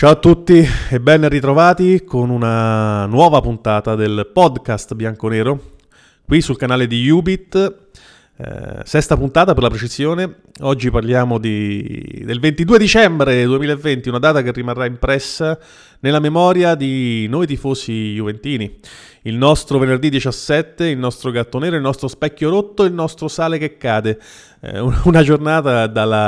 Ciao a tutti e ben ritrovati con una nuova puntata del podcast bianconero qui sul canale di Ubit, sesta puntata per la precisione. Oggi parliamo del 22 dicembre 2020, una data che rimarrà impressa nella memoria di noi tifosi juventini. Il nostro venerdì 17, il nostro gatto nero, il nostro specchio rotto, il nostro sale che cade. Una giornata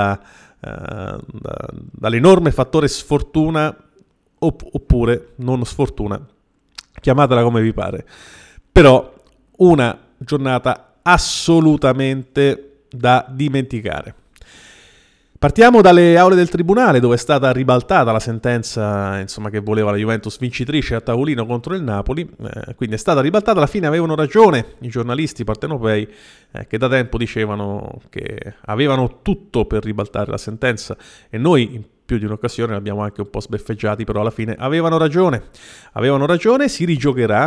dall'enorme fattore sfortuna oppure non sfortuna, chiamatela come vi pare, però una giornata assolutamente da dimenticare. Partiamo dalle aule del tribunale, dove è stata ribaltata la sentenza, insomma, che voleva la Juventus vincitrice a tavolino contro il Napoli. Quindi è stata ribaltata. Alla fine avevano ragione i giornalisti partenopei, che da tempo dicevano che avevano tutto per ribaltare la sentenza, e noi in più di un'occasione l'abbiamo anche un po' sbeffeggiati, però alla fine avevano ragione, si rigiocherà,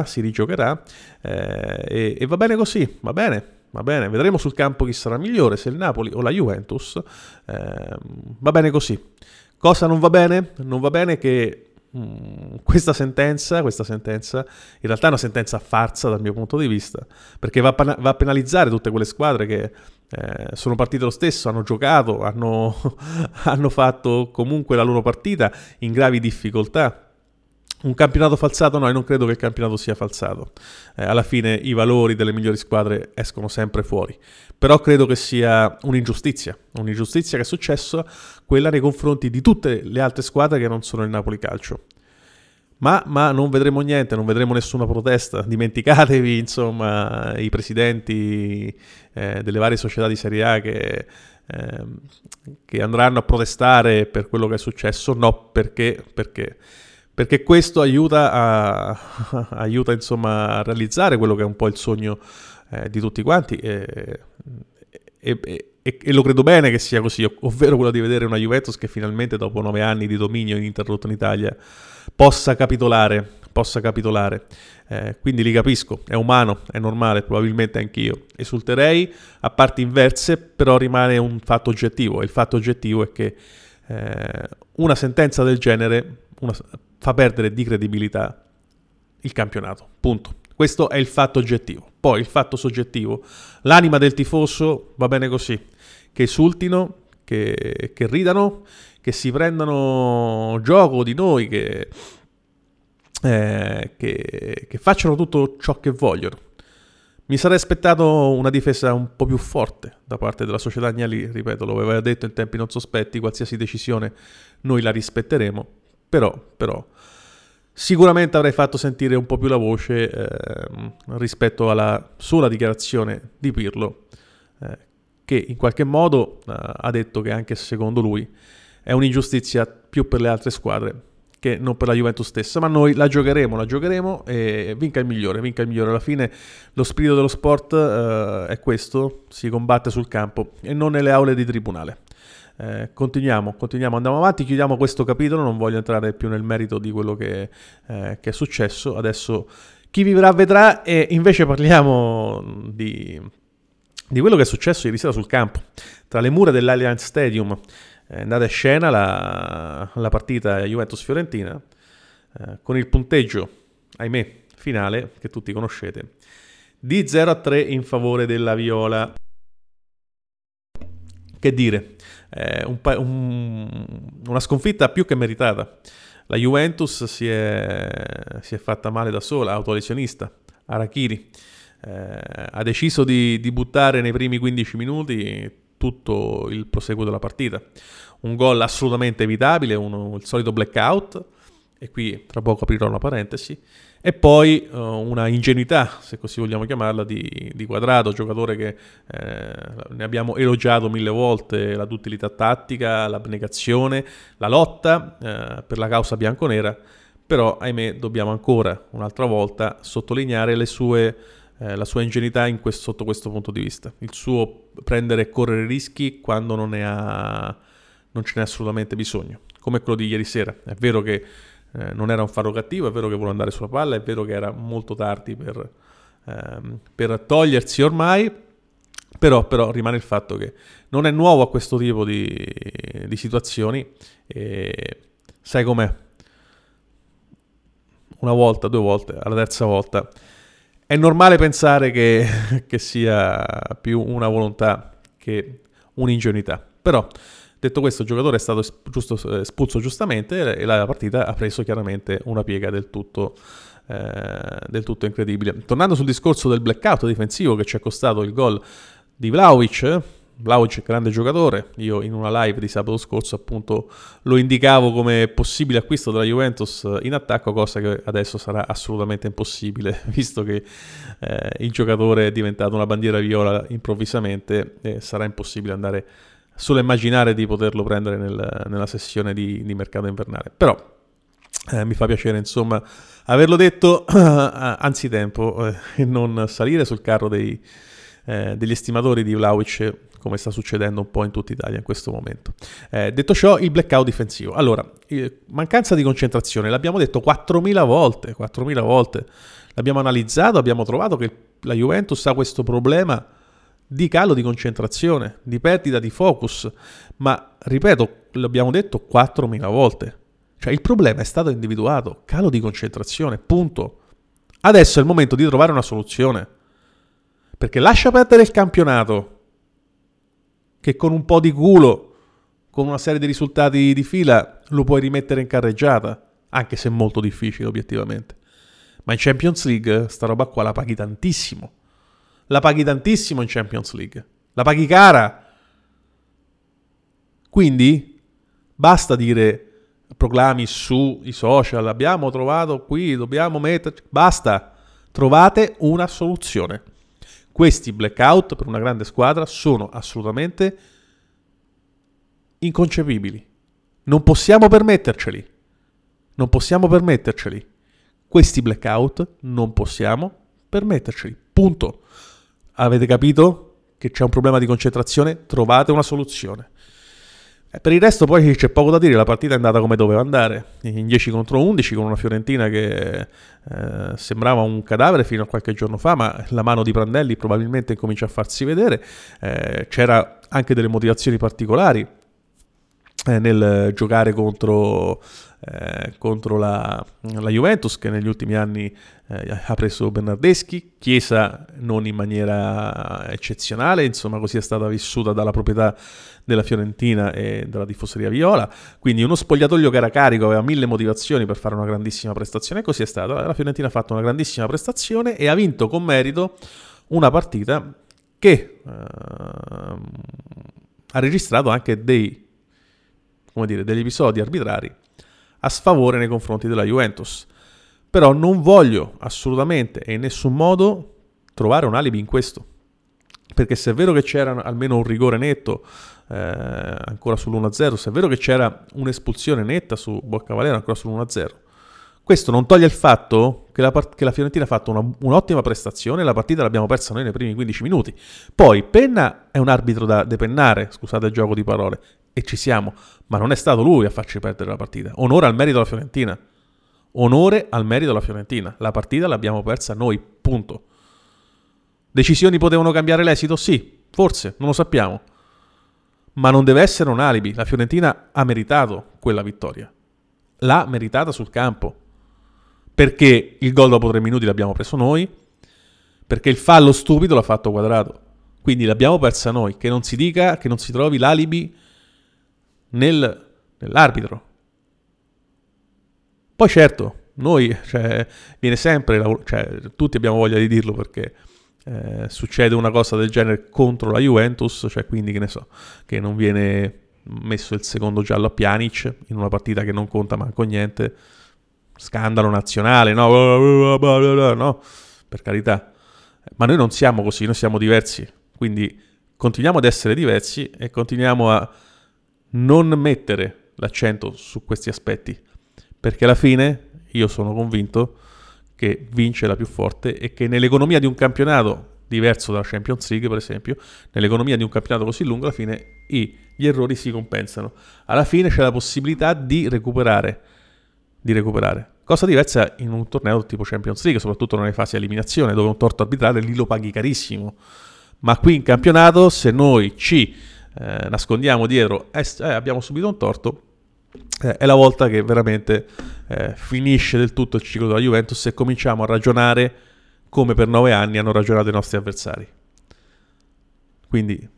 e va bene così, va bene. Va bene, vedremo sul campo chi sarà migliore, se il Napoli o la Juventus. Va bene così. Cosa non va bene? Non va bene che questa sentenza in realtà è una sentenza farsa dal mio punto di vista, perché va a penalizzare tutte quelle squadre che sono partite lo stesso, hanno giocato, hanno fatto comunque la loro partita in gravi difficoltà. Un campionato falsato? No, io non credo che il campionato sia falsato. Alla fine i valori delle migliori squadre escono sempre fuori. Però credo che sia un'ingiustizia che è successa, quella nei confronti di tutte le altre squadre che non sono il Napoli Calcio. Ma non vedremo niente, non vedremo nessuna protesta. Dimenticatevi, insomma, i presidenti delle varie società di Serie A che andranno a protestare per quello che è successo. No, perché questo aiuta insomma a realizzare quello che è un po' il sogno di tutti quanti, e lo credo bene che sia così, ovvero quello di vedere una Juventus che finalmente dopo 9 anni di dominio ininterrotto in Italia possa capitolare. Quindi li capisco, è umano, è normale, probabilmente anch'io esulterei a parti inverse, però rimane un fatto oggettivo, e il fatto oggettivo è che una sentenza del genere fa perdere di credibilità il campionato, punto. Questo è il fatto oggettivo. Poi il fatto soggettivo, l'anima del tifoso va bene così, che esultino, che ridano, che si prendano gioco di noi, che facciano tutto ciò che vogliono. Mi sarei aspettato una difesa un po' più forte da parte della società Agnelli, ripeto, lo aveva detto in tempi non sospetti, qualsiasi decisione noi la rispetteremo, però sicuramente avrei fatto sentire un po' più la voce rispetto alla sola dichiarazione di Pirlo, che in qualche modo ha detto che anche secondo lui è un'ingiustizia più per le altre squadre che non per la Juventus stessa, ma noi la giocheremo e vinca il migliore. Alla fine lo spirito dello sport è questo, si combatte sul campo e non nelle aule di tribunale. Continuiamo, andiamo avanti, chiudiamo questo capitolo, non voglio entrare più nel merito di quello che è successo, adesso chi vivrà vedrà, e invece parliamo di quello che è successo ieri sera sul campo, tra le mura dell'Allianz Stadium. È andata in scena la partita Juventus-Fiorentina, con il punteggio, ahimè, finale, che tutti conoscete, di 0-3 in favore della Viola. Che dire, una sconfitta più che meritata. La Juventus si è fatta male da sola, autolesionista, Arachiri. Ha deciso di buttare nei primi 15 minuti tutto il proseguo della partita. Un gol assolutamente evitabile, il solito blackout, e qui tra poco aprirò una parentesi, e poi una ingenuità, se così vogliamo chiamarla, di Quadrato, giocatore che ne abbiamo elogiato 1000 volte la duttilità tattica, l'abnegazione, la lotta per la causa bianconera, però ahimè dobbiamo ancora un'altra volta sottolineare la sua ingenuità sotto questo punto di vista, il suo prendere e correre rischi quando non ce n'è assolutamente bisogno, come quello di ieri sera. È vero che non era un faro cattivo, è vero che voleva andare sulla palla, è vero che era molto tardi per togliersi ormai, però rimane il fatto che non è nuovo a questo tipo di situazioni, e sai com'è, una volta, 2 volte, alla terza volta è normale pensare che sia più una volontà che un'ingenuità. Però, detto questo, il giocatore è stato espulso giustamente e la partita ha preso chiaramente una piega del tutto incredibile. Tornando sul discorso del blackout difensivo che ci è costato il gol di Vlahovic, grande giocatore. Io in una live di sabato scorso appunto lo indicavo come possibile acquisto della Juventus in attacco, cosa che adesso sarà assolutamente impossibile, visto che il giocatore è diventato una bandiera viola improvvisamente e sarà impossibile andare solo a immaginare di poterlo prendere nella sessione di mercato invernale. Però mi fa piacere insomma averlo detto anzitempo e non salire sul carro degli estimatori di Vlahovic, come sta succedendo un po' in tutta Italia in questo momento. Detto ciò, il blackout difensivo. Allora, mancanza di concentrazione, l'abbiamo detto 4.000 volte, l'abbiamo analizzato, abbiamo trovato che la Juventus ha questo problema di calo di concentrazione, di perdita di focus, ma ripeto, l'abbiamo detto 4.000 volte. Cioè il problema è stato individuato, calo di concentrazione, punto. Adesso è il momento di trovare una soluzione. Perché lascia perdere il campionato, che con un po' di culo, con una serie di risultati di fila, lo puoi rimettere in carreggiata, anche se è molto difficile obiettivamente. Ma in Champions League sta roba qua la paghi tantissimo. La paghi tantissimo in Champions League. La paghi cara. Quindi basta dire proclami sui social, abbiamo trovato qui, dobbiamo metterci. Basta, trovate una soluzione. Questi blackout per una grande squadra sono assolutamente inconcepibili. Non possiamo permetterceli. Non possiamo permetterceli. Questi blackout non possiamo permetterceli. Punto. Avete capito che c'è un problema di concentrazione? Trovate una soluzione. Per il resto poi c'è poco da dire, la partita è andata come doveva andare, in 10 contro 11 con una Fiorentina che sembrava un cadavere fino a qualche giorno fa, ma la mano di Prandelli probabilmente comincia a farsi vedere, c'era anche delle motivazioni particolari nel giocare contro la Juventus, che negli ultimi anni ha preso Bernardeschi, Chiesa non in maniera eccezionale, insomma così è stata vissuta dalla proprietà della Fiorentina e dalla tifoseria viola, quindi uno spogliatoio che era carico, aveva 1000 motivazioni per fare una grandissima prestazione, e così è stata. La Fiorentina ha fatto una grandissima prestazione e ha vinto con merito una partita che ha registrato anche degli episodi arbitrari a sfavore nei confronti della Juventus. Però non voglio assolutamente e in nessun modo trovare un alibi in questo, perché se è vero che c'era almeno un rigore netto ancora sull'1-0, se è vero che c'era un'espulsione netta su Boccavalera ancora sull'1-0, questo non toglie il fatto che la Fiorentina ha fatto un'ottima prestazione e la partita l'abbiamo persa noi nei primi 15 minuti. Poi Penna è un arbitro da depennare, scusate il gioco di parole, e ci siamo, ma non è stato lui a farci perdere la partita. Onore al merito della Fiorentina. Onore al merito della Fiorentina. La partita l'abbiamo persa noi, punto. Decisioni potevano cambiare l'esito? Sì, forse, non lo sappiamo. Ma non deve essere un alibi. La Fiorentina ha meritato quella vittoria. L'ha meritata sul campo. Perché il gol dopo 3 minuti l'abbiamo preso noi, perché il fallo stupido l'ha fatto Quadrato. Quindi l'abbiamo persa noi. Che non si dica, che non si trovi l'alibi nell'arbitro. Poi certo, noi, viene sempre, tutti abbiamo voglia di dirlo perché succede una cosa del genere contro la Juventus, quindi che ne so, che non viene messo il secondo giallo a Pjanic in una partita che non conta manco niente, scandalo nazionale, no, per carità, ma noi non siamo così, noi siamo diversi, quindi continuiamo ad essere diversi e continuiamo a non mettere l'accento su questi aspetti, perché alla fine io sono convinto che vince la più forte e che nell'economia di un campionato diverso dalla Champions League, per esempio, nell'economia di un campionato così lungo, alla fine gli errori si compensano. Alla fine c'è la possibilità di recuperare. Cosa diversa in un torneo tipo Champions League, soprattutto nelle fasi di eliminazione, dove un torto arbitrale lì lo paghi carissimo. Ma qui in campionato, se noi ci nascondiamo dietro abbiamo subito un torto, è la volta che veramente finisce del tutto il ciclo della Juventus e cominciamo a ragionare come per 9 anni hanno ragionato i nostri avversari. Quindi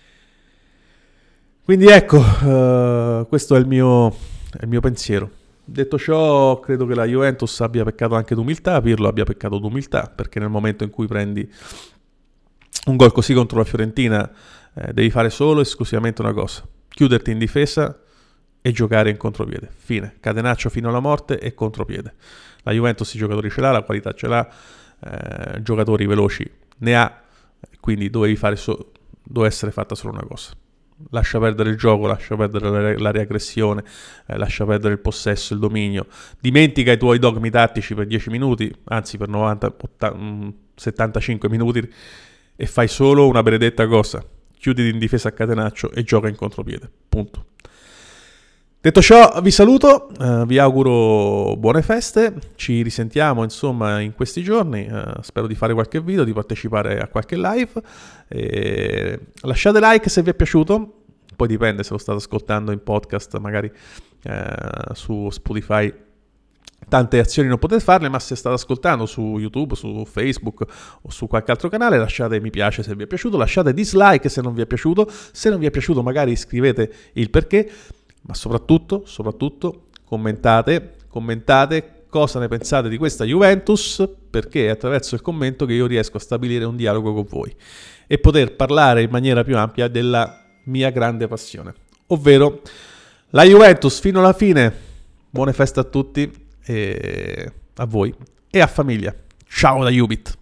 ecco, questo è il mio pensiero. Detto ciò, credo che la Juventus abbia peccato anche d'umiltà, Pirlo abbia peccato d'umiltà, perché nel momento in cui prendi un gol così contro la Fiorentina devi fare solo e esclusivamente una cosa: chiuderti in difesa e giocare in contropiede. Fine, catenaccio fino alla morte e contropiede. La Juventus i giocatori ce l'ha, la qualità ce l'ha, giocatori veloci ne ha, quindi doveva essere fatta solo una cosa: lascia perdere il gioco, lascia perdere la reaggressione, lascia perdere il possesso, il dominio, dimentica i tuoi dogmi tattici per 10 minuti, anzi per 75 minuti, e fai solo una benedetta cosa: chiuditi in difesa a catenaccio e gioca in contropiede, punto. Detto ciò, vi saluto, vi auguro buone feste, ci risentiamo insomma in questi giorni, spero di fare qualche video, di partecipare a qualche live, lasciate like se vi è piaciuto, poi dipende se lo state ascoltando in podcast, magari su Spotify tante azioni non potete farle, ma se state ascoltando su YouTube, su Facebook o su qualche altro canale, lasciate mi piace se vi è piaciuto, lasciate dislike se non vi è piaciuto, se non vi è piaciuto magari scrivete il perché, ma soprattutto commentate cosa ne pensate di questa Juventus, perché è attraverso il commento che io riesco a stabilire un dialogo con voi e poter parlare in maniera più ampia della mia grande passione, ovvero la Juventus fino alla fine. Buone feste a tutti e a voi e a famiglia. Ciao da Jubit.